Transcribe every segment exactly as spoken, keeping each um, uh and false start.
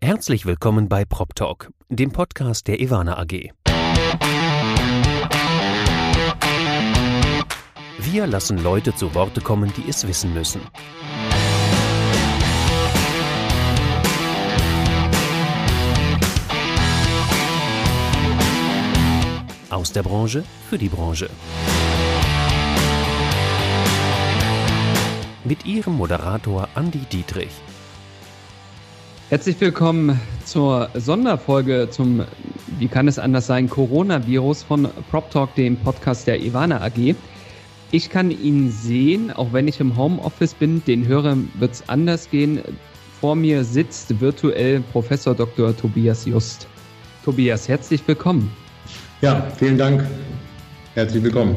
Herzlich willkommen bei PropTalk, dem Podcast der Ewana A G. Wir lassen Leute zu Worte kommen, die es wissen müssen. Aus der Branche für die Branche. Mit Ihrem Moderator Andi Dietrich. Herzlich willkommen zur Sonderfolge zum, wie kann es anders sein, Coronavirus von PropTalk, dem Podcast der Ewana A G. Ich kann ihn sehen, auch wenn ich im Homeoffice bin. Den Hörern wird es anders gehen. Vor mir sitzt virtuell Professor Doktor Tobias Just. Tobias, herzlich willkommen. Ja, vielen Dank. Herzlich willkommen.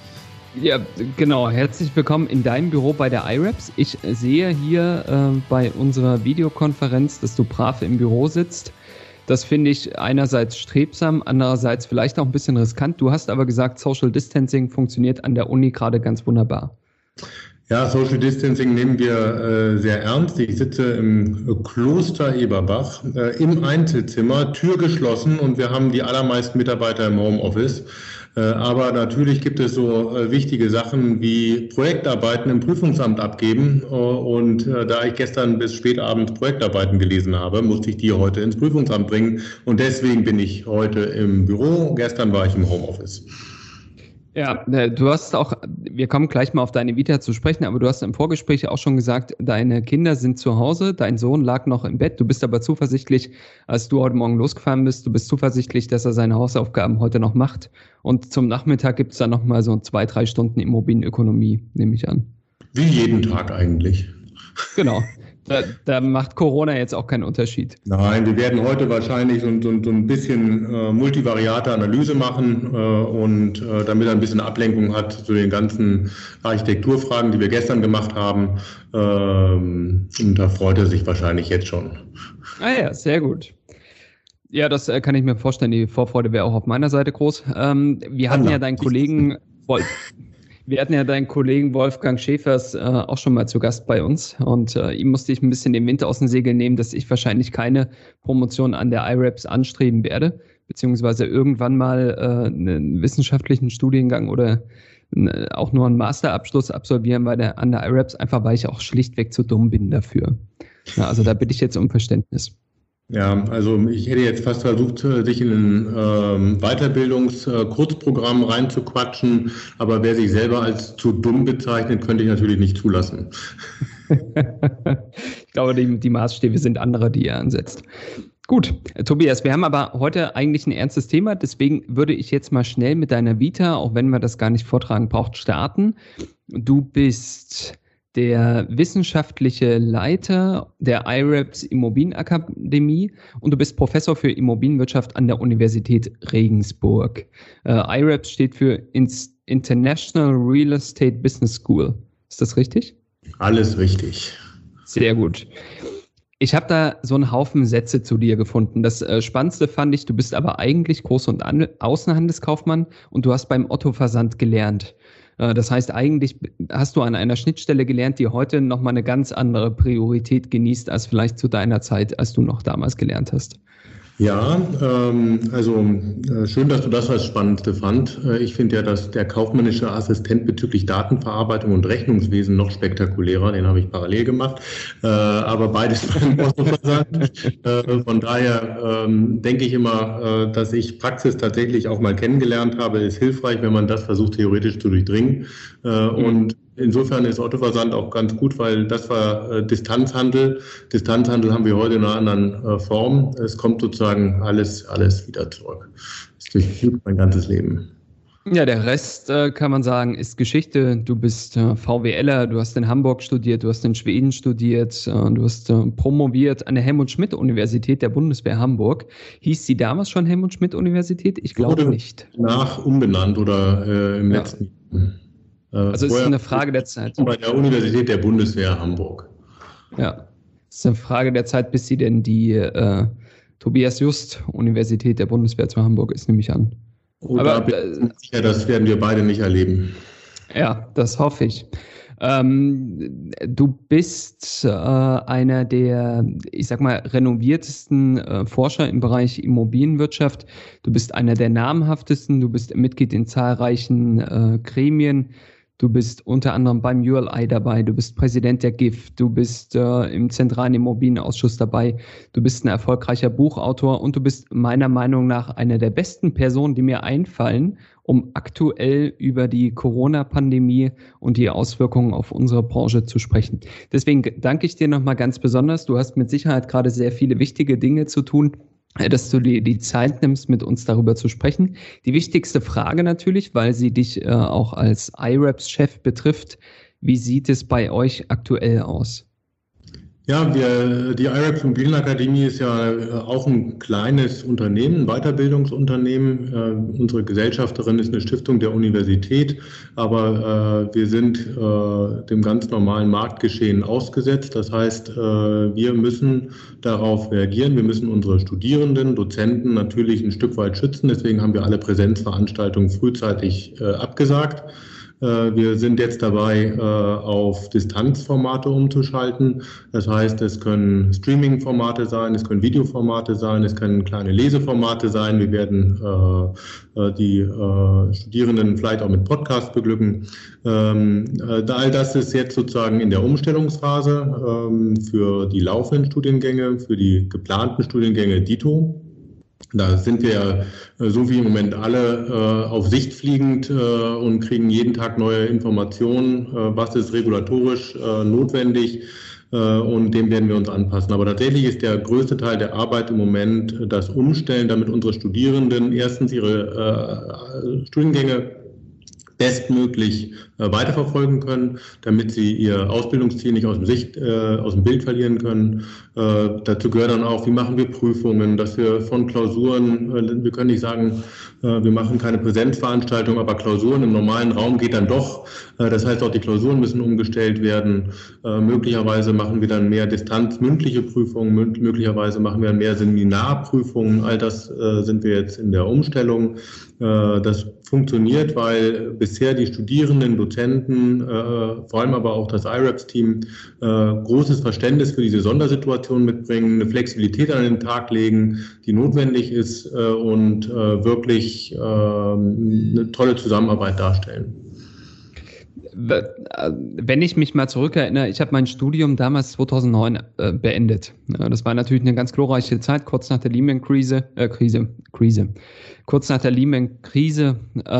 Ja, genau. Herzlich willkommen in deinem Büro bei der I RAPS. Ich sehe hier äh, bei unserer Videokonferenz, dass du brav im Büro sitzt. Das finde ich einerseits strebsam, andererseits vielleicht auch ein bisschen riskant. Du hast aber gesagt, Social Distancing funktioniert an der Uni gerade ganz wunderbar. Ja, Social Distancing nehmen wir äh, sehr ernst. Ich sitze im Kloster Eberbach äh, im Einzelzimmer, Tür geschlossen, und wir haben die allermeisten Mitarbeiter im Homeoffice. Aber natürlich gibt es so wichtige Sachen wie Projektarbeiten im Prüfungsamt abgeben. Und da ich gestern bis spätabends Projektarbeiten gelesen habe, musste ich die heute ins Prüfungsamt bringen. Und deswegen bin ich heute im Büro. Gestern war ich im Homeoffice. Ja, du hast auch, wir kommen gleich mal auf deine Vita zu sprechen, aber du hast im Vorgespräch auch schon gesagt, deine Kinder sind zu Hause, dein Sohn lag noch im Bett, du bist aber zuversichtlich, als du heute Morgen losgefahren bist, du bist zuversichtlich, dass er seine Hausaufgaben heute noch macht, und zum Nachmittag gibt es dann nochmal so zwei, drei Stunden Immobilienökonomie, nehme ich an. Wie jeden Tag eigentlich. Genau. Da, da macht Corona jetzt auch keinen Unterschied. Nein, wir werden heute wahrscheinlich so, so, so ein bisschen äh, multivariate Analyse machen äh, und äh, damit er ein bisschen Ablenkung hat zu den ganzen Architekturfragen, die wir gestern gemacht haben. Ähm, und da freut er sich wahrscheinlich jetzt schon. Ah ja, sehr gut. Ja, das äh, kann ich mir vorstellen. Die Vorfreude wäre auch auf meiner Seite groß. Ähm, wir hatten ja deinen Kollegen Wolf. Wir hatten ja deinen Kollegen Wolfgang Schäfers äh, auch schon mal zu Gast bei uns, und äh, ihm musste ich ein bisschen den Wind aus den Segeln nehmen, dass ich wahrscheinlich keine Promotion an der I RAPS anstreben werde, beziehungsweise irgendwann mal äh, einen wissenschaftlichen Studiengang oder äh, auch nur einen Masterabschluss absolvieren bei der, an der I RAPS, einfach weil ich auch schlichtweg zu dumm bin dafür. Ja, also da bitte ich jetzt um Verständnis. Ja, also ich hätte jetzt fast versucht, sich in ein ähm, Weiterbildungs-Kurzprogramm reinzuquatschen, aber wer sich selber als zu dumm bezeichnet, könnte ich natürlich nicht zulassen. Ich glaube, die, die Maßstäbe sind andere, die er ansetzt. Gut, Tobias, wir haben aber heute eigentlich ein ernstes Thema, deswegen würde ich jetzt mal schnell mit deiner Vita, auch wenn man das gar nicht vortragen braucht, starten. Du bist der wissenschaftliche Leiter der I RAPS Immobilienakademie, und du bist Professor für Immobilienwirtschaft an der Universität Regensburg. Äh, I RAPS steht für International Real Estate Business School. Ist das richtig? Alles richtig. Sehr gut. Ich habe da so einen Haufen Sätze zu dir gefunden. Das äh, Spannendste fand ich, du bist aber eigentlich Groß- und An- Außenhandelskaufmann, und du hast beim Otto-Versand gelernt. Das heißt, eigentlich hast du an einer Schnittstelle gelernt, die heute nochmal eine ganz andere Priorität genießt als vielleicht zu deiner Zeit, als du noch damals gelernt hast. Ja, ähm, also äh, schön, dass du das als Spannendste fand. Äh, ich finde ja, dass der kaufmännische Assistent bezüglich Datenverarbeitung und Rechnungswesen noch spektakulärer, den habe ich parallel gemacht, äh, aber beides beim Otto-Versand. äh, von daher ähm, denke ich immer, äh, dass ich Praxis tatsächlich auch mal kennengelernt habe, ist hilfreich, wenn man das versucht theoretisch zu durchdringen. Äh, mhm. Und insofern ist Otto-Versand auch ganz gut, weil das war äh, Distanzhandel. Distanzhandel haben wir heute in einer anderen äh, Form. Es kommt sozusagen alles, alles wieder zurück. Das durchführt mein ganzes Leben. Ja, der Rest, äh, kann man sagen, ist Geschichte. Du bist äh, VWLer, du hast in Hamburg studiert, du hast in Schweden studiert, äh, du hast äh, promoviert an der Helmut-Schmidt-Universität der Bundeswehr Hamburg. Hieß sie damals schon Helmut-Schmidt-Universität? Ich glaube Wurde nicht. Nach umbenannt oder äh, im ja. letzten Jahr. Also es ist eine Frage der Zeit. Bei der Universität der Bundeswehr Hamburg. Ja, es ist eine Frage der Zeit, bis sie denn die äh, Tobias Just Universität der Bundeswehr zu Hamburg ist, nehme ich an. Oh, aber da bin ich sicher, das werden wir beide nicht erleben. Ja, das hoffe ich. Ähm, du bist äh, einer der, ich sag mal, renoviertesten äh, Forscher im Bereich Immobilienwirtschaft. Du bist einer der namhaftesten. Du bist Mitglied in zahlreichen äh, Gremien. Du bist unter anderem beim U L I dabei, du bist Präsident der G I F, du bist äh, im Zentralen Immobilienausschuss dabei, du bist ein erfolgreicher Buchautor und du bist meiner Meinung nach einer der besten Personen, die mir einfallen, um aktuell über die Corona-Pandemie und die Auswirkungen auf unsere Branche zu sprechen. Deswegen danke ich dir nochmal ganz besonders. Du hast mit Sicherheit gerade sehr viele wichtige Dinge zu tun, dass du dir die Zeit nimmst, mit uns darüber zu sprechen. Die wichtigste Frage natürlich, weil sie dich äh, auch als I R A P-Chef betrifft, wie sieht es bei euch aktuell aus? Ja, wir, die I R A P Immobilienakademie ist ja auch ein kleines Unternehmen, ein Weiterbildungsunternehmen. Äh, unsere Gesellschafterin ist eine Stiftung der Universität, aber äh, wir sind äh, dem ganz normalen Marktgeschehen ausgesetzt. Das heißt, äh, wir müssen darauf reagieren. Wir müssen unsere Studierenden, Dozenten natürlich ein Stück weit schützen. Deswegen haben wir alle Präsenzveranstaltungen frühzeitig äh, abgesagt. Wir sind jetzt dabei, auf Distanzformate umzuschalten. Das heißt, es können Streaming-Formate sein, es können Videoformate sein, es können kleine Leseformate sein. Wir werden die Studierenden vielleicht auch mit Podcasts beglücken. All das ist jetzt sozusagen in der Umstellungsphase für die laufenden Studiengänge, für die geplanten Studiengänge dito. Da sind wir so wie im Moment alle äh, auf Sicht fliegend äh, und kriegen jeden Tag neue Informationen, äh, was ist regulatorisch äh, notwendig äh, und dem werden wir uns anpassen. Aber tatsächlich ist der größte Teil der Arbeit im Moment das Umstellen, damit unsere Studierenden erstens ihre äh, Studiengänge bestmöglich äh, weiterverfolgen können, damit sie ihr Ausbildungsziel nicht aus dem Sicht, äh, aus dem Bild verlieren können. Äh, dazu gehört dann auch, wie machen wir Prüfungen, dass wir von Klausuren, äh, wir können nicht sagen, äh, wir machen keine Präsenzveranstaltung, aber Klausuren im normalen Raum geht dann doch. Äh, das heißt, auch die Klausuren müssen umgestellt werden. Äh, möglicherweise machen wir dann mehr distanzmündliche Prüfungen, mü- möglicherweise machen wir mehr Seminarprüfungen. All das äh, sind wir jetzt in der Umstellung. Äh, das funktioniert, weil bisher die Studierenden, Dozenten, äh, vor allem aber auch das I R A P-Team äh, großes Verständnis für diese Sondersituation mitbringen, eine Flexibilität an den Tag legen, die notwendig ist äh, und äh, wirklich äh, eine tolle Zusammenarbeit darstellen. Wenn ich mich mal zurückerinnere, ich habe mein Studium damals zweitausendneun äh, beendet. Ja, das war natürlich eine ganz glorreiche Zeit, kurz nach der Lehman-Krise, äh, Krise, Krise, kurz nach der Lehman-Krise.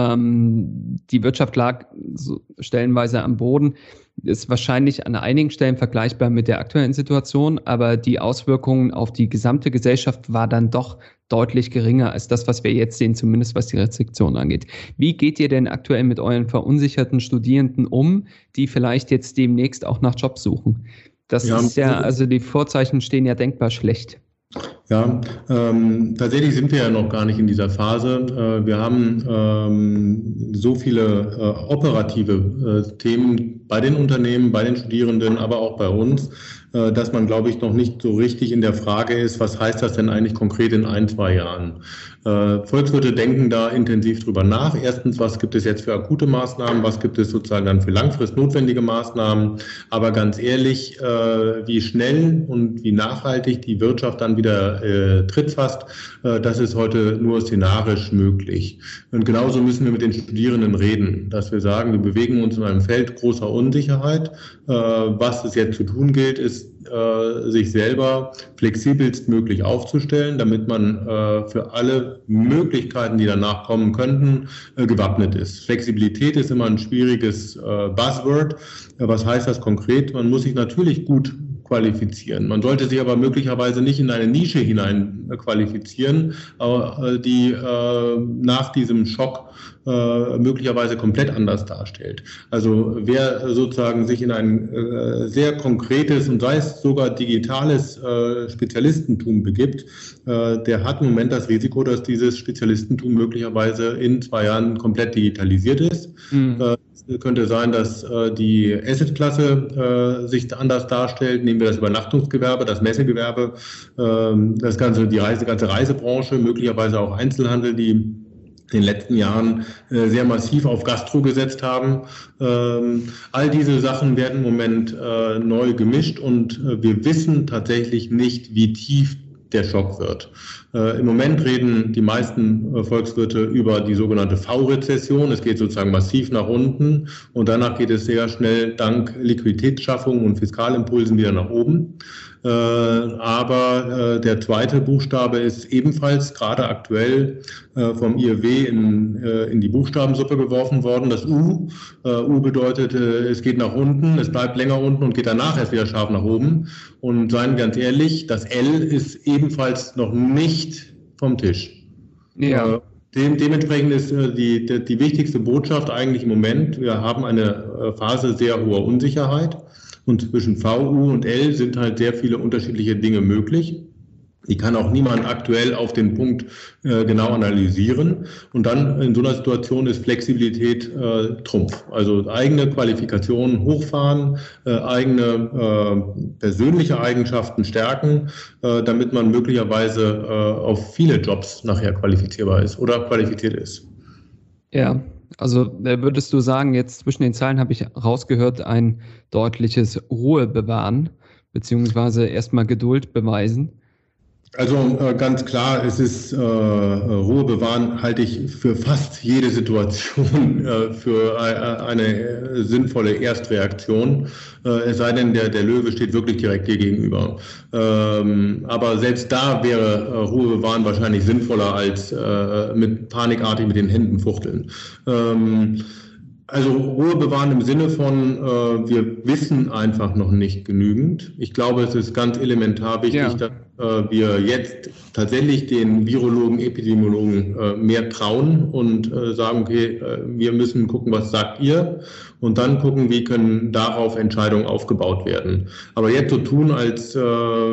Ähm, die Wirtschaft lag so stellenweise am Boden. Ist wahrscheinlich an einigen Stellen vergleichbar mit der aktuellen Situation, aber die Auswirkungen auf die gesamte Gesellschaft war dann doch deutlich geringer als das, was wir jetzt sehen, zumindest was die Restriktionen angeht. Wie geht ihr denn aktuell mit euren verunsicherten Studierenden um, die vielleicht jetzt demnächst auch nach Jobs suchen? Das ja, ist ja, also die Vorzeichen stehen ja denkbar schlecht. Ja, ähm, tatsächlich sind wir ja noch gar nicht in dieser Phase. Äh, wir haben ähm, so viele äh, operative äh, Themen bei den Unternehmen, bei den Studierenden, aber auch bei uns, äh, dass man, glaube ich, noch nicht so richtig in der Frage ist, was heißt das denn eigentlich konkret in ein, zwei Jahren? Äh, Volkswirte denken da intensiv drüber nach. Erstens, was gibt es jetzt für akute Maßnahmen? Was gibt es sozusagen dann für langfristig notwendige Maßnahmen? Aber ganz ehrlich, äh, wie schnell und wie nachhaltig die Wirtschaft dann wieder äh, Tritt fasst, äh, das ist heute nur szenarisch möglich. Und genauso müssen wir mit den Studierenden reden, dass wir sagen, wir bewegen uns in einem Feld großer Unsicherheit. Äh, was es jetzt zu tun gilt, ist, äh, sich selber flexibelst möglich aufzustellen, damit man äh, für alle Möglichkeiten, die danach kommen könnten, äh, gewappnet ist. Flexibilität ist immer ein schwieriges äh, Buzzword. Was heißt das konkret? Man muss sich natürlich gut qualifizieren. Man sollte sich aber möglicherweise nicht in eine Nische hinein qualifizieren, die nach diesem Schock möglicherweise komplett anders darstellt. Also wer sozusagen sich in ein sehr konkretes und sei es sogar digitales Spezialistentum begibt, der hat im Moment das Risiko, dass dieses Spezialistentum möglicherweise in zwei Jahren komplett digitalisiert ist. Mhm. Es könnte sein, dass äh, die Assetklasse äh, sich anders darstellt. Nehmen wir das Übernachtungsgewerbe, das Messegewerbe, äh, das ganze, die Reise, ganze Reisebranche, möglicherweise auch Einzelhandel, die in den letzten Jahren äh, sehr massiv auf Gastro gesetzt haben. Ähm, all diese Sachen werden im Moment äh, neu gemischt und äh, wir wissen tatsächlich nicht, wie tief der Schock wird. Äh, Im Moment reden die meisten äh, Volkswirte über die sogenannte V-Rezession. Es geht sozusagen massiv nach unten und danach geht es sehr schnell dank Liquiditätsschaffung und Fiskalimpulsen wieder nach oben. Äh, aber äh, der zweite Buchstabe ist ebenfalls gerade aktuell äh, vom I W W in, äh, in die Buchstabensuppe geworfen worden. Das U. Äh, U bedeutet, äh, es geht nach unten, es bleibt länger unten und geht danach erst wieder scharf nach oben. Und seien wir ganz ehrlich, das L ist ebenfalls noch nicht vom Tisch. Ja. Äh, dem, dementsprechend ist äh, die, die, die wichtigste Botschaft eigentlich im Moment, wir haben eine äh, Phase sehr hoher Unsicherheit. Und zwischen V, U und L sind halt sehr viele unterschiedliche Dinge möglich. Die kann auch niemand aktuell auf den Punkt äh, genau analysieren. Und dann in so einer Situation ist Flexibilität äh, Trumpf. Also eigene Qualifikationen hochfahren, äh, eigene äh, persönliche Eigenschaften stärken, äh, damit man möglicherweise äh, auf viele Jobs nachher qualifizierbar ist oder qualifiziert ist. Ja. Also würdest du sagen, jetzt zwischen den Zeilen habe ich rausgehört, ein deutliches Ruhe bewahren, beziehungsweise erstmal Geduld beweisen? Also äh, ganz klar, es ist äh, Ruhe bewahren, halte ich für fast jede Situation äh, für eine, eine sinnvolle Erstreaktion. Äh, es sei denn, der, der Löwe steht wirklich direkt dir gegenüber. Ähm, aber selbst da wäre äh, Ruhe bewahren wahrscheinlich sinnvoller als äh, mit panikartig mit den Händen fuchteln. Ähm, Also Ruhe bewahren im Sinne von, äh, wir wissen einfach noch nicht genügend. Ich glaube, es ist ganz elementar wichtig, ja. dass äh, wir jetzt tatsächlich den Virologen, Epidemiologen äh, mehr trauen und äh, sagen, okay, äh, wir müssen gucken, was sagt ihr? Und dann gucken, wie können darauf Entscheidungen aufgebaut werden. Aber jetzt so tun, als äh,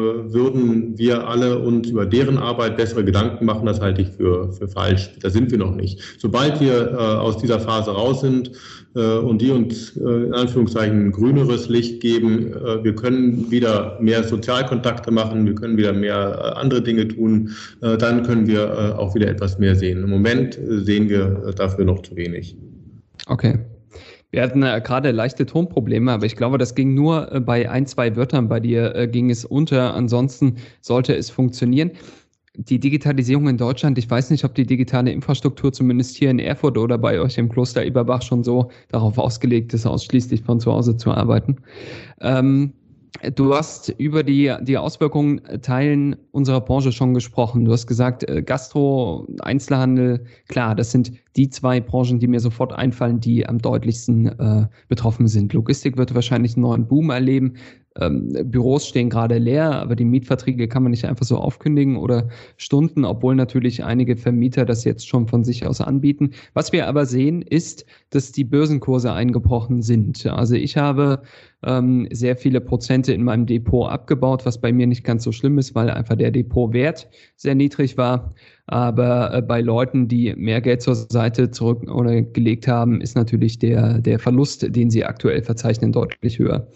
würden wir alle uns über deren Arbeit bessere Gedanken machen, das halte ich für, für falsch. Da sind wir noch nicht. Sobald wir äh, aus dieser Phase raus sind äh, und die uns äh, in Anführungszeichen grüneres Licht geben, äh, wir können wieder mehr Sozialkontakte machen, wir können wieder mehr äh, andere Dinge tun, äh, dann können wir äh, auch wieder etwas mehr sehen. Im Moment äh, sehen wir äh, dafür noch zu wenig. Okay. Wir hatten äh, gerade leichte Tonprobleme, aber ich glaube, das ging nur äh, bei ein, zwei Wörtern. Bei dir äh, ging es unter. Ansonsten sollte es funktionieren. Die Digitalisierung in Deutschland, ich weiß nicht, ob die digitale Infrastruktur zumindest hier in Erfurt oder bei euch im Kloster Eberbach schon so darauf ausgelegt ist, ausschließlich von zu Hause zu arbeiten. Ähm, Du hast über die, die Auswirkungen Teilen unserer Branche schon gesprochen. Du hast gesagt, Gastro, Einzelhandel, klar, das sind die zwei Branchen, die mir sofort einfallen, die am deutlichsten äh, betroffen sind. Logistik wird wahrscheinlich einen neuen Boom erleben. Ähm, Büros stehen gerade leer, aber die Mietverträge kann man nicht einfach so aufkündigen oder Stunden, obwohl natürlich einige Vermieter das jetzt schon von sich aus anbieten. Was wir aber sehen, ist, dass die Börsenkurse eingebrochen sind. Also ich habe ähm, sehr viele Prozente in meinem Depot abgebaut, was bei mir nicht ganz so schlimm ist, weil einfach der Depotwert sehr niedrig war. Aber äh, bei Leuten, die mehr Geld zur Seite zurück oder gelegt haben, ist natürlich der, der Verlust, den sie aktuell verzeichnen, deutlich höher.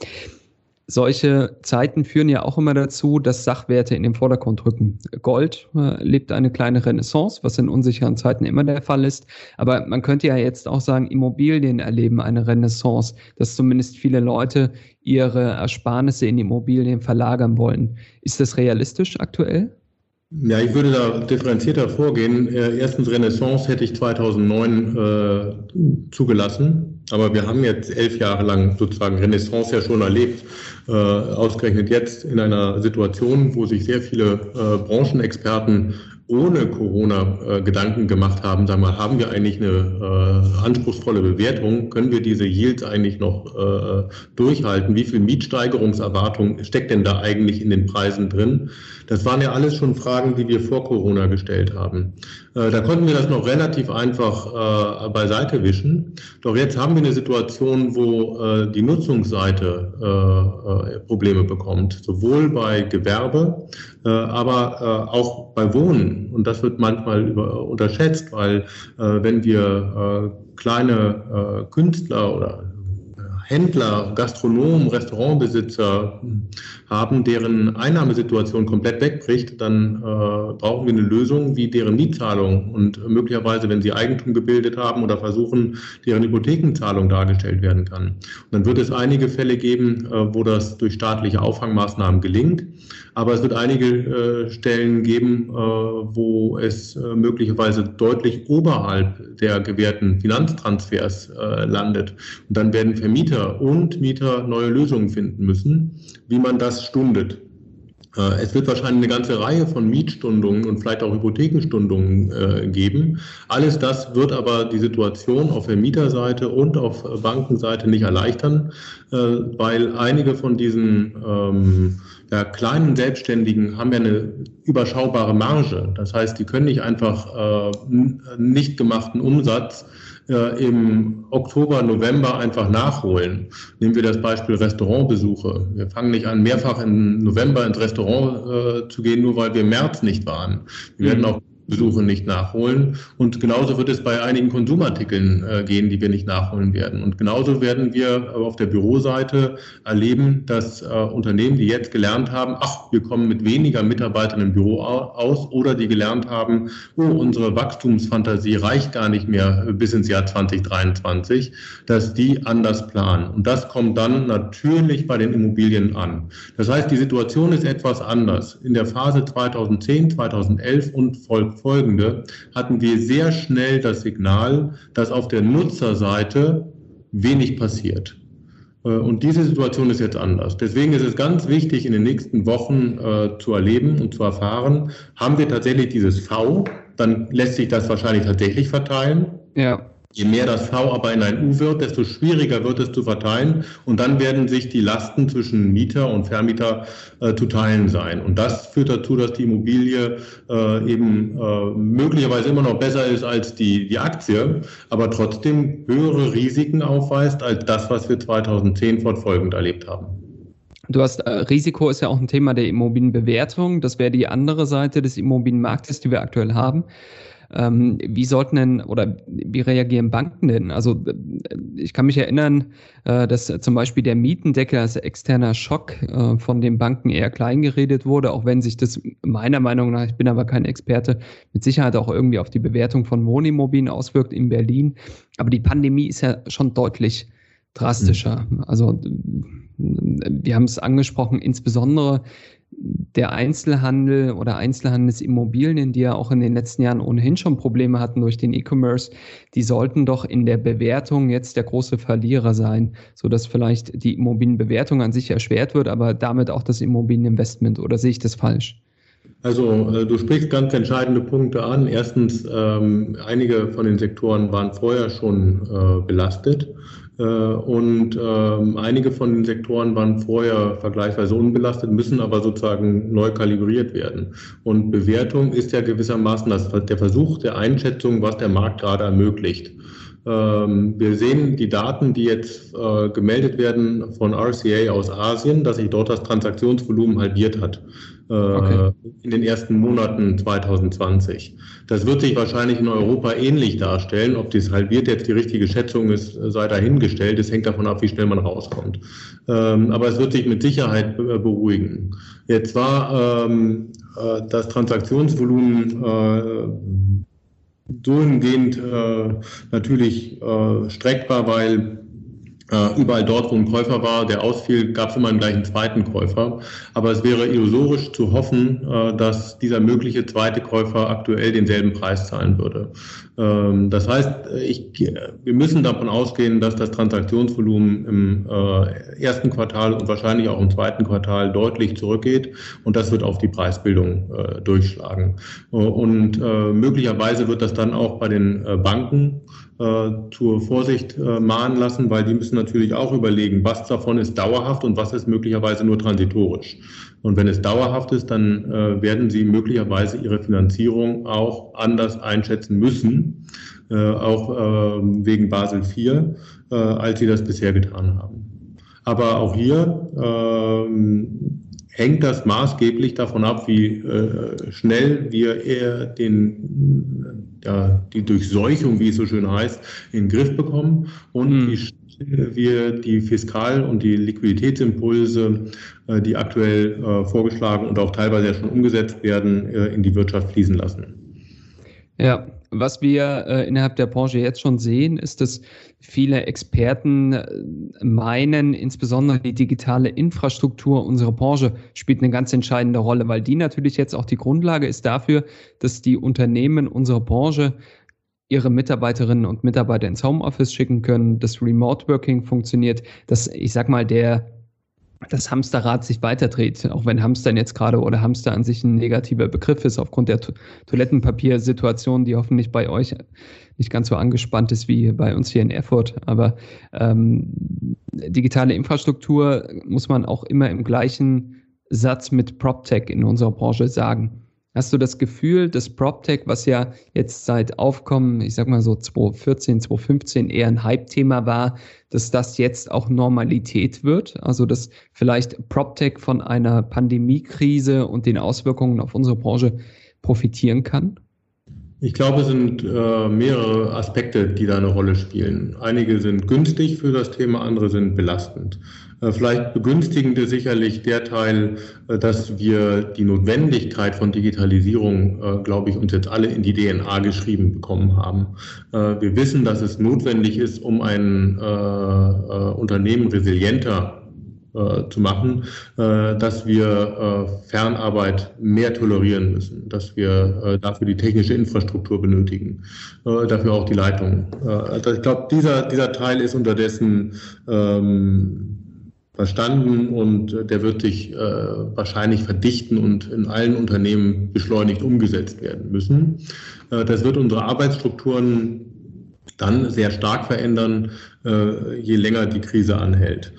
Solche Zeiten führen ja auch immer dazu, dass Sachwerte in den Vordergrund rücken. Gold äh, lebt eine kleine Renaissance, was in unsicheren Zeiten immer der Fall ist. Aber man könnte ja jetzt auch sagen, Immobilien erleben eine Renaissance, dass zumindest viele Leute ihre Ersparnisse in Immobilien verlagern wollen. Ist das realistisch aktuell? Ja, ich würde da differenzierter vorgehen. Erstens, Renaissance hätte ich zweitausendneun äh, zugelassen, aber wir haben jetzt elf Jahre lang sozusagen Renaissance ja schon erlebt. Äh, ausgerechnet jetzt in einer Situation, wo sich sehr viele äh, Branchenexperten ohne Corona äh, Gedanken gemacht haben, sagen wir, haben wir eigentlich eine äh, anspruchsvolle Bewertung? Können wir diese Yields eigentlich noch äh, durchhalten? Wie viel Mietsteigerungserwartung steckt denn da eigentlich in den Preisen drin? Das waren ja alles schon Fragen, die wir vor Corona gestellt haben. Äh, da konnten wir das noch relativ einfach äh, beiseite wischen. Doch jetzt haben wir eine Situation, wo äh, die Nutzungsseite äh, äh, Probleme bekommt, sowohl bei Gewerbe, äh, aber äh, auch bei Wohnen. Und das wird manchmal über, unterschätzt, weil äh, wenn wir äh, kleine äh, Künstler oder Händler, Gastronomen, Restaurantbesitzer haben, deren Einnahmesituation komplett wegbricht, dann äh, brauchen wir eine Lösung, wie deren Mietzahlung und möglicherweise, wenn sie Eigentum gebildet haben oder versuchen, deren Hypothekenzahlung dargestellt werden kann. Und dann wird es einige Fälle geben, äh, wo das durch staatliche Auffangmaßnahmen gelingt. Aber es wird einige äh, Stellen geben, äh, wo es äh, möglicherweise deutlich oberhalb der gewährten Finanztransfers äh, landet. Und dann werden Vermieter und Mieter neue Lösungen finden müssen, wie man das stundet. Äh, es wird wahrscheinlich eine ganze Reihe von Mietstundungen und vielleicht auch Hypothekenstundungen äh, geben. Alles das wird aber die Situation auf Vermieterseite und auf Bankenseite nicht erleichtern, äh, weil einige von diesen ähm, Ja, kleinen Selbstständigen haben ja eine überschaubare Marge. Das heißt, die können nicht einfach äh, nicht gemachten Umsatz äh, im Oktober, November einfach nachholen. Nehmen wir das Beispiel Restaurantbesuche. Wir fangen nicht an, mehrfach im November ins Restaurant äh, zu gehen, nur weil wir im März nicht waren. Wir mhm. werden auch Besuche nicht nachholen. Und genauso wird es bei einigen Konsumartikeln äh, gehen, die wir nicht nachholen werden. Und genauso werden wir auf der Büroseite erleben, dass äh, Unternehmen, die jetzt gelernt haben, ach, wir kommen mit weniger Mitarbeitern im Büro aus, oder die gelernt haben, oh, unsere Wachstumsfantasie reicht gar nicht mehr bis ins Jahr zwanzig dreiundzwanzig, dass die anders planen. Und das kommt dann natürlich bei den Immobilien an. Das heißt, die Situation ist etwas anders. In der Phase zweitausendzehn, zweitausendelf und folgt Folgende hatten wir sehr schnell das Signal, dass auf der Nutzerseite wenig passiert. Und diese Situation ist jetzt anders. Deswegen ist es ganz wichtig, in den nächsten Wochen äh, zu erleben und zu erfahren, haben wir tatsächlich dieses V, dann lässt sich das wahrscheinlich tatsächlich verteilen. Ja. Je mehr das V aber in ein U wird, desto schwieriger wird es zu verteilen. Und dann werden sich die Lasten zwischen Mieter und Vermieter äh, zu teilen sein. Und das führt dazu, dass die Immobilie äh, eben äh, möglicherweise immer noch besser ist als die, die Aktie, aber trotzdem höhere Risiken aufweist als das, was wir zweitausendzehn fortfolgend erlebt haben. Du hast, äh, Risiko ist ja auch ein Thema der Immobilienbewertung. Das wäre die andere Seite des Immobilienmarktes, die wir aktuell haben. Ähm, wie sollten denn oder wie reagieren Banken denn? Also ich kann mich erinnern, äh, dass zum Beispiel der Mietendeckel als externer Schock äh, von den Banken eher klein geredet wurde, auch wenn sich das meiner Meinung nach, ich bin aber kein Experte, mit Sicherheit auch irgendwie auf die Bewertung von Wohnimmobilien auswirkt in Berlin. Aber die Pandemie ist ja schon deutlich drastischer. Mhm. Also wir haben es angesprochen, insbesondere der Einzelhandel oder Einzelhandelsimmobilien, die ja auch in den letzten Jahren ohnehin schon Probleme hatten durch den E-Commerce, die sollten doch in der Bewertung jetzt der große Verlierer sein, sodass vielleicht die Immobilienbewertung an sich erschwert wird, aber damit auch das Immobilieninvestment. Oder sehe ich das falsch? Also äh, du sprichst ganz entscheidende Punkte an. Erstens, ähm, einige von den Sektoren waren vorher schon äh, belastet. Und ähm, einige von den Sektoren waren vorher vergleichsweise unbelastet, müssen aber sozusagen neu kalibriert werden. Und Bewertung ist ja gewissermaßen das, der Versuch der Einschätzung, was der Markt gerade ermöglicht. Ähm, wir sehen die Daten, die jetzt äh, gemeldet werden von R C A aus Asien, dass sich dort das Transaktionsvolumen halbiert hat. Okay. In den ersten Monaten zweitausendzwanzig. Das wird sich wahrscheinlich in Europa ähnlich darstellen. Ob dies halbiert jetzt die richtige Schätzung ist, sei dahingestellt. Es hängt davon ab, wie schnell man rauskommt. Aber es wird sich mit Sicherheit beruhigen. Jetzt war das Transaktionsvolumen so hingehend natürlich streckbar, weil überall dort, wo ein Käufer war, der ausfiel, gab es immer gleich einen zweiten Käufer. Aber es wäre illusorisch zu hoffen, dass dieser mögliche zweite Käufer aktuell denselben Preis zahlen würde. Das heißt, ich, wir müssen davon ausgehen, dass das Transaktionsvolumen im ersten Quartal und wahrscheinlich auch im zweiten Quartal deutlich zurückgeht. Und das wird auf die Preisbildung durchschlagen. Und möglicherweise wird das dann auch bei den Banken zur Vorsicht mahnen lassen, weil die müssen natürlich auch überlegen, was davon ist dauerhaft und was ist möglicherweise nur transitorisch. Und wenn es dauerhaft ist, dann äh, werden sie möglicherweise ihre Finanzierung auch anders einschätzen müssen, äh, auch äh, wegen Basel vier, äh, als sie das bisher getan haben. Aber auch hier äh, hängt das maßgeblich davon ab, wie äh, schnell wir eher den, ja, die Durchseuchung, wie es so schön heißt, in den Griff bekommen und mhm. wie wir die Fiskal- und die Liquiditätsimpulse, die aktuell vorgeschlagen und auch teilweise ja schon umgesetzt werden, in die Wirtschaft fließen lassen. Ja, was wir äh, innerhalb der Branche jetzt schon sehen, ist, dass viele Experten äh, meinen, insbesondere die digitale Infrastruktur unserer Branche spielt eine ganz entscheidende Rolle, weil die natürlich jetzt auch die Grundlage ist dafür, dass die Unternehmen unserer Branche ihre Mitarbeiterinnen und Mitarbeiter ins Homeoffice schicken können, dass Remote Working funktioniert, dass, ich sag mal, der das Hamsterrad sich weiterdreht, auch wenn Hamstern jetzt gerade oder Hamster an sich ein negativer Begriff ist, aufgrund der to- Toilettenpapiersituation, die hoffentlich bei euch nicht ganz so angespannt ist wie bei uns hier in Erfurt. Aber ähm, digitale Infrastruktur muss man auch immer im gleichen Satz mit PropTech in unserer Branche sagen. Hast du das Gefühl, dass PropTech, was ja jetzt seit Aufkommen, ich sag mal so zwanzig vierzehn, zwanzig fünfzehn eher ein Hype-Thema war, dass das jetzt auch Normalität wird? Also dass vielleicht PropTech von einer Pandemiekrise und den Auswirkungen auf unsere Branche profitieren kann? Ich glaube, es sind äh, mehrere Aspekte, die da eine Rolle spielen. Einige sind günstig für das Thema, andere sind belastend. Äh, vielleicht begünstigend ist sicherlich der Teil, äh, dass wir die Notwendigkeit von Digitalisierung, äh, glaube ich, uns jetzt alle in die D N A geschrieben bekommen haben. Äh, wir wissen, dass es notwendig ist, um ein äh, äh, Unternehmen resilienter zu machen, dass wir Fernarbeit mehr tolerieren müssen, dass wir dafür die technische Infrastruktur benötigen, dafür auch die Leitung. Also ich glaube, dieser, dieser Teil ist unterdessen ähm, verstanden und der wird sich äh, wahrscheinlich verdichten und in allen Unternehmen beschleunigt umgesetzt werden müssen. Äh, das wird unsere Arbeitsstrukturen dann sehr stark verändern, äh, je länger die Krise anhält.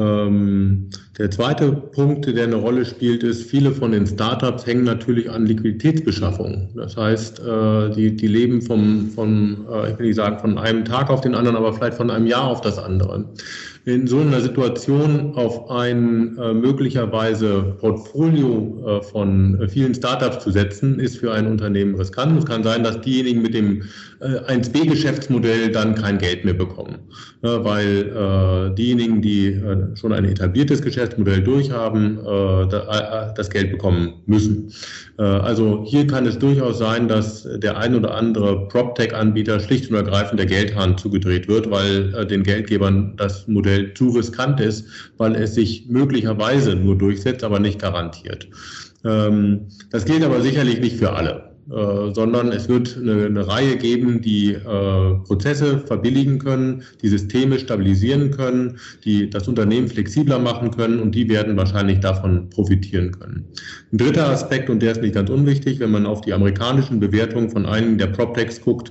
Ähm, der zweite Punkt, der eine Rolle spielt, ist, viele von den Startups hängen natürlich an Liquiditätsbeschaffung. Das heißt, äh, die, die leben vom, von, äh, ich will nicht sagen von einem Tag auf den anderen, aber vielleicht von einem Jahr auf das andere. In so einer Situation auf ein äh, möglicherweise Portfolio äh, von äh, vielen Startups zu setzen, ist für ein Unternehmen riskant. Es kann sein, dass diejenigen mit dem äh, eins B Geschäftsmodell dann kein Geld mehr bekommen, äh, weil äh, diejenigen, die äh, schon ein etabliertes Geschäftsmodell durchhaben, äh, da, äh, das Geld bekommen müssen. Äh, also hier kann es durchaus sein, dass der ein oder andere PropTech-Anbieter schlicht und ergreifend der Geldhahn zugedreht wird, weil äh, den Geldgebern das Modell zu riskant ist, weil es sich möglicherweise nur durchsetzt, aber nicht garantiert. Ähm, das gilt aber sicherlich nicht für alle, äh, sondern es wird eine, eine Reihe geben, die äh, Prozesse verbilligen können, die Systeme stabilisieren können, die das Unternehmen flexibler machen können und die werden wahrscheinlich davon profitieren können. Ein dritter Aspekt, und der ist nicht ganz unwichtig, wenn man auf die amerikanischen Bewertungen von einigen der PropTechs guckt,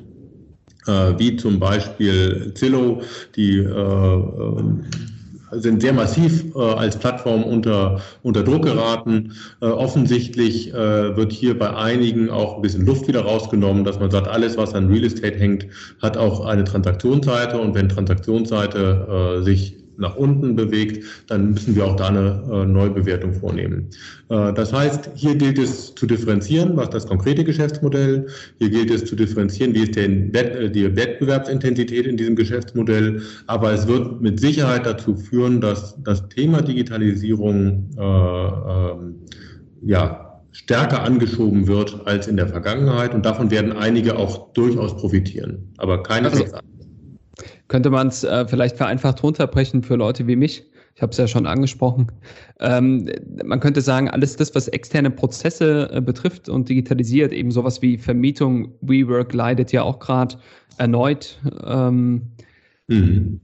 wie zum Beispiel Zillow, die äh, sind sehr massiv äh, als Plattform unter, unter Druck geraten. Äh, offensichtlich äh, wird hier bei einigen auch ein bisschen Luft wieder rausgenommen, dass man sagt, alles, was an Real Estate hängt, hat auch eine Transaktionsseite und wenn Transaktionsseite äh, sich nach unten bewegt, dann müssen wir auch da eine äh, Neubewertung vornehmen. Äh, das heißt, hier gilt es zu differenzieren, was das konkrete Geschäftsmodell, hier gilt es zu differenzieren, wie ist denn Wett- die Wettbewerbsintensität in diesem Geschäftsmodell, aber es wird mit Sicherheit dazu führen, dass das Thema Digitalisierung äh, äh, ja, stärker angeschoben wird als in der Vergangenheit und davon werden einige auch durchaus profitieren, aber keineswegs alle. Könnte man es äh, vielleicht vereinfacht runterbrechen für Leute wie mich? Ich habe es ja schon angesprochen. Ähm, man könnte sagen, alles das, was externe Prozesse äh, betrifft und digitalisiert, eben sowas wie Vermietung, WeWork leidet ja auch gerade erneut. Ähm, mhm.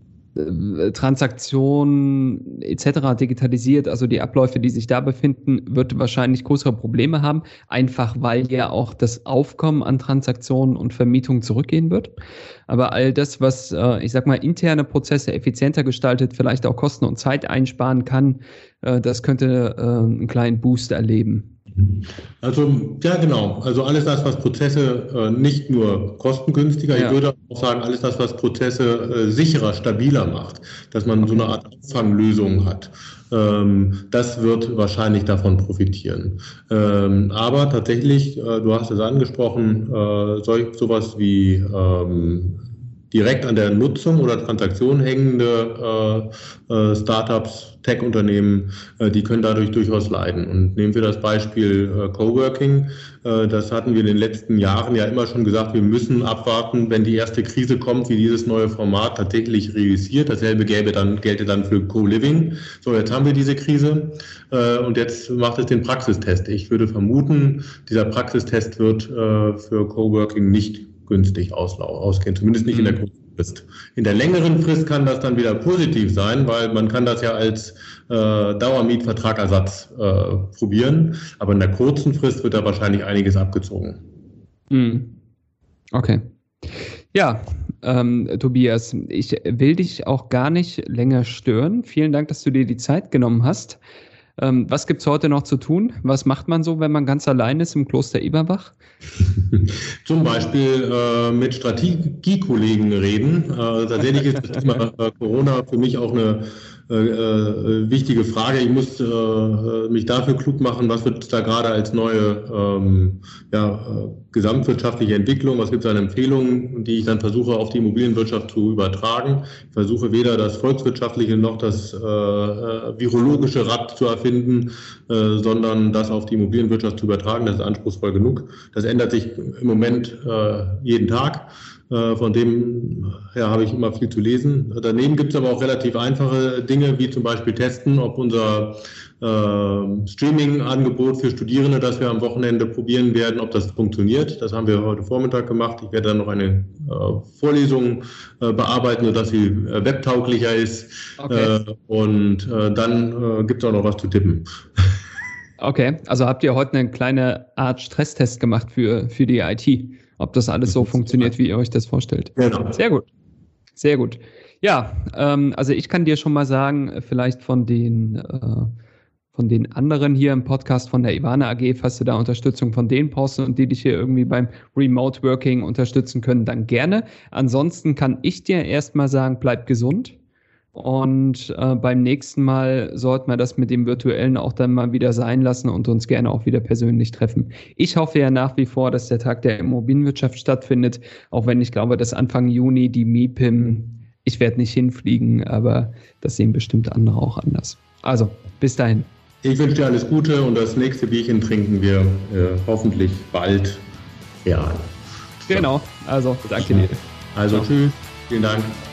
Transaktionen et cetera digitalisiert, also die Abläufe, die sich da befinden, wird wahrscheinlich größere Probleme haben, einfach weil ja auch das Aufkommen an Transaktionen und Vermietung zurückgehen wird. Aber all das, was, ich sag mal, interne Prozesse effizienter gestaltet, vielleicht auch Kosten und Zeit einsparen kann, das könnte einen kleinen Boost erleben. Also, ja, genau. Also alles das, was Prozesse äh, nicht nur kostengünstiger, ja. Ich würde auch sagen, alles das, was Prozesse äh, sicherer, stabiler macht, dass man so eine Art Auffanglösung hat. Ähm, das wird wahrscheinlich davon profitieren. Ähm, aber tatsächlich, äh, du hast es angesprochen, äh, solch, sowas wie ähm, direkt an der Nutzung oder Transaktion hängende äh, äh, Startups, Tech-Unternehmen, äh, die können dadurch durchaus leiden. Und nehmen wir das Beispiel äh, Coworking. Äh, das hatten wir in den letzten Jahren ja immer schon gesagt, wir müssen abwarten, wenn die erste Krise kommt, wie dieses neue Format tatsächlich realisiert. Dasselbe gäbe dann, gelte dann für Co-Living. So, jetzt haben wir diese Krise äh, und jetzt macht es den Praxistest. Ich würde vermuten, dieser Praxistest wird äh, für Coworking nicht günstig ausgehen, zumindest nicht mhm. in der kurzen Frist. In der längeren Frist kann das dann wieder positiv sein, weil man kann das ja als äh, Dauermietvertragersatz äh, probieren, aber in der kurzen Frist wird da wahrscheinlich einiges abgezogen. Mhm. Okay. Ja, ähm, Tobias, ich will dich auch gar nicht länger stören. Vielen Dank, dass du dir die Zeit genommen hast. Ähm, was gibt's heute noch zu tun? Was macht man so, wenn man ganz allein ist im Kloster Eberbach? Zum Beispiel äh, mit Strategiekollegen reden. Äh, tatsächlich ist das Thema äh, Corona für mich auch eine äh, äh, wichtige Frage. Ich muss äh, mich dafür klug machen, was wird da gerade als neue ähm, ja, äh, gesamtwirtschaftliche Entwicklung, was gibt es an Empfehlungen, die ich dann versuche auf die Immobilienwirtschaft zu übertragen. Ich versuche weder das volkswirtschaftliche noch das äh, virologische Rad zu erfinden, äh, sondern das auf die Immobilienwirtschaft zu übertragen. Das ist anspruchsvoll genug. Das ändert sich im Moment äh, jeden Tag. Äh, von dem her habe ich immer viel zu lesen. Daneben gibt es aber auch relativ einfache Dinge, wie zum Beispiel testen, ob unser äh, Streaming-Angebot für Studierende, das wir am Wochenende probieren werden, ob das funktioniert. Das haben wir heute Vormittag gemacht. Ich werde dann noch eine äh, Vorlesung äh, bearbeiten, sodass sie äh, webtauglicher ist. Okay. Äh, und äh, dann äh, gibt es auch noch was zu tippen. Okay, also habt ihr heute eine kleine Art Stresstest gemacht für, für die I T, ob das alles so funktioniert, wie ihr euch das vorstellt. Genau. Sehr gut, sehr gut. Ja, ähm, also ich kann dir schon mal sagen, vielleicht von den, äh, von den anderen hier im Podcast von der Ivana A G, falls du da Unterstützung von denen brauchst und die dich hier irgendwie beim Remote Working unterstützen können, dann gerne. Ansonsten kann ich dir erstmal sagen, bleib gesund. Und äh, beim nächsten Mal sollten wir das mit dem Virtuellen auch dann mal wieder sein lassen und uns gerne auch wieder persönlich treffen. Ich hoffe ja nach wie vor, dass der Tag der Immobilienwirtschaft stattfindet, auch wenn ich glaube, dass Anfang Juni die M I P I M, ich werde nicht hinfliegen, aber das sehen bestimmt andere auch anders. Also, bis dahin. Ich wünsche dir alles Gute und das nächste Bierchen trinken wir äh, hoffentlich bald real. Genau, also danke dir. Also, tschüss, vielen Dank.